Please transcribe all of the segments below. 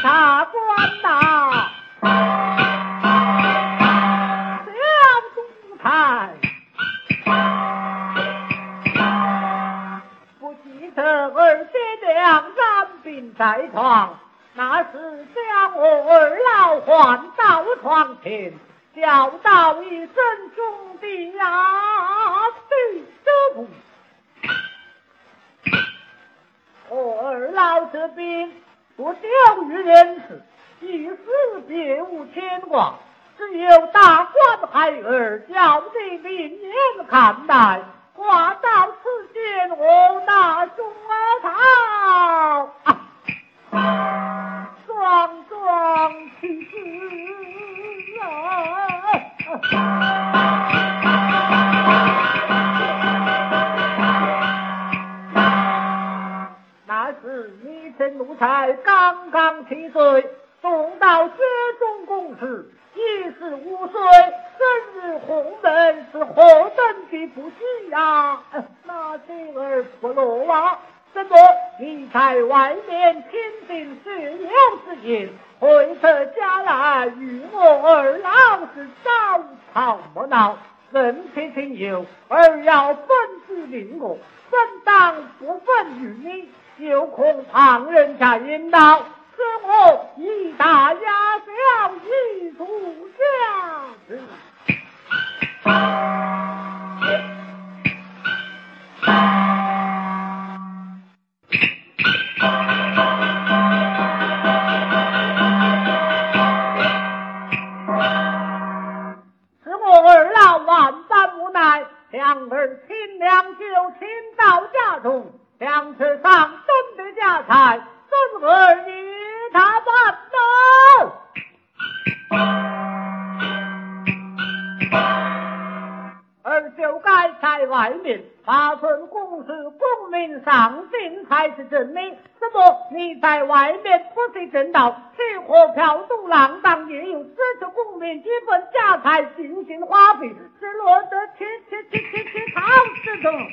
察官呐，小奴才，不记得儿爹两三病在床，那是将我儿老唤到床前，叫道一声兄弟呀，对这不。我儿老这病不久于人世，一死别无牵挂，只有大官孩儿叫你明年看待，话到此间我大兄儿逃双双去世那是你这奴才刚刚7岁，送到学中公事，15岁，生日红门是何等的不吉呀！那这儿不落啊！怎么你在外面听信学友之言，回这家来与我儿老是早吵莫闹，人撇情友，儿要分居邻国，分当不分于你，有恐旁人家引导，使我一大压小一出家子。是我儿老万般无奈，将儿亲娘就亲到家中，将车上真的家财，孙儿与他办走。儿就该在外面发存公事，公民上进才是真理。怎么你在外面不是正道，吃喝嫖赌浪荡，也有支持公民几份家财进行花费，是落得去逃之中。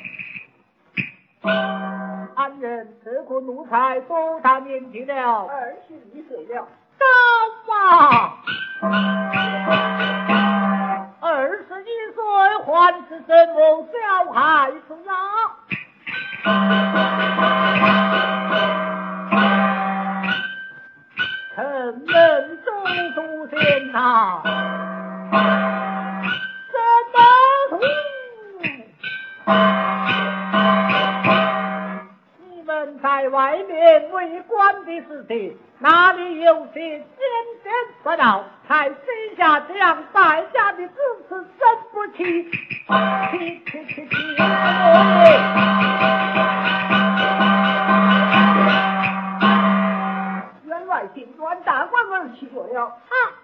安人这个奴才多大年纪了？21岁了。到吧，21岁还是什么小孩子臣人中出现呐，什么你们在外面为官的事情，哪里有些尖尖不到，才生下这样败家的子嗣，真不起。员外进官，大官儿去过了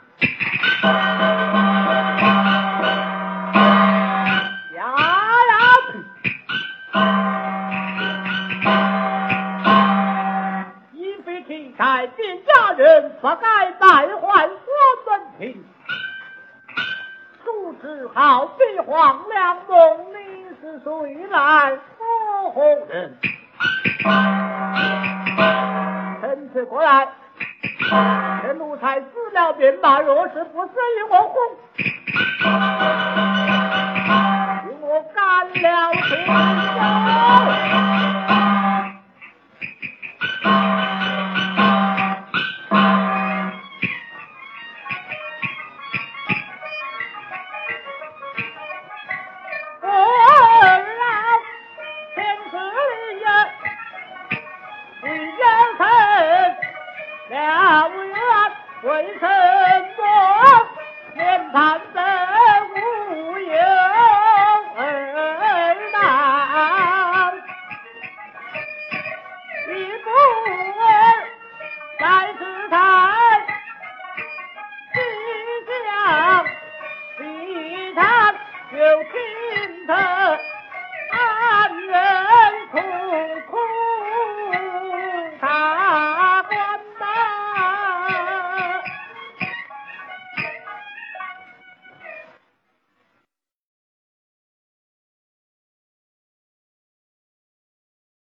改变家人，不该败坏我门庭。素质好比黄粱梦，你是谁来何后人？臣此过来，这奴才死了便罢，若是不死与我混，与我干了天下。为臣